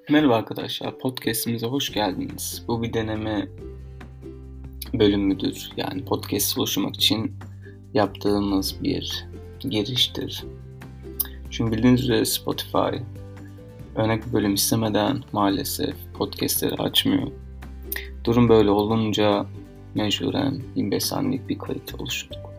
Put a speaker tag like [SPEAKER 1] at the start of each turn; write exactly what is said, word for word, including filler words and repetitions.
[SPEAKER 1] Merhaba arkadaşlar, podcast'imize hoş geldiniz. Bu bir deneme bölümüdür. Yani podcast oluşturmak için yaptığımız bir giriştir. Çünkü bildiğiniz üzere Spotify örnek bir bölüm istemeden maalesef podcast'leri açmıyor. Durum böyle olunca mecburen yirmi beş saniyelik bir kayıt oluşturduk.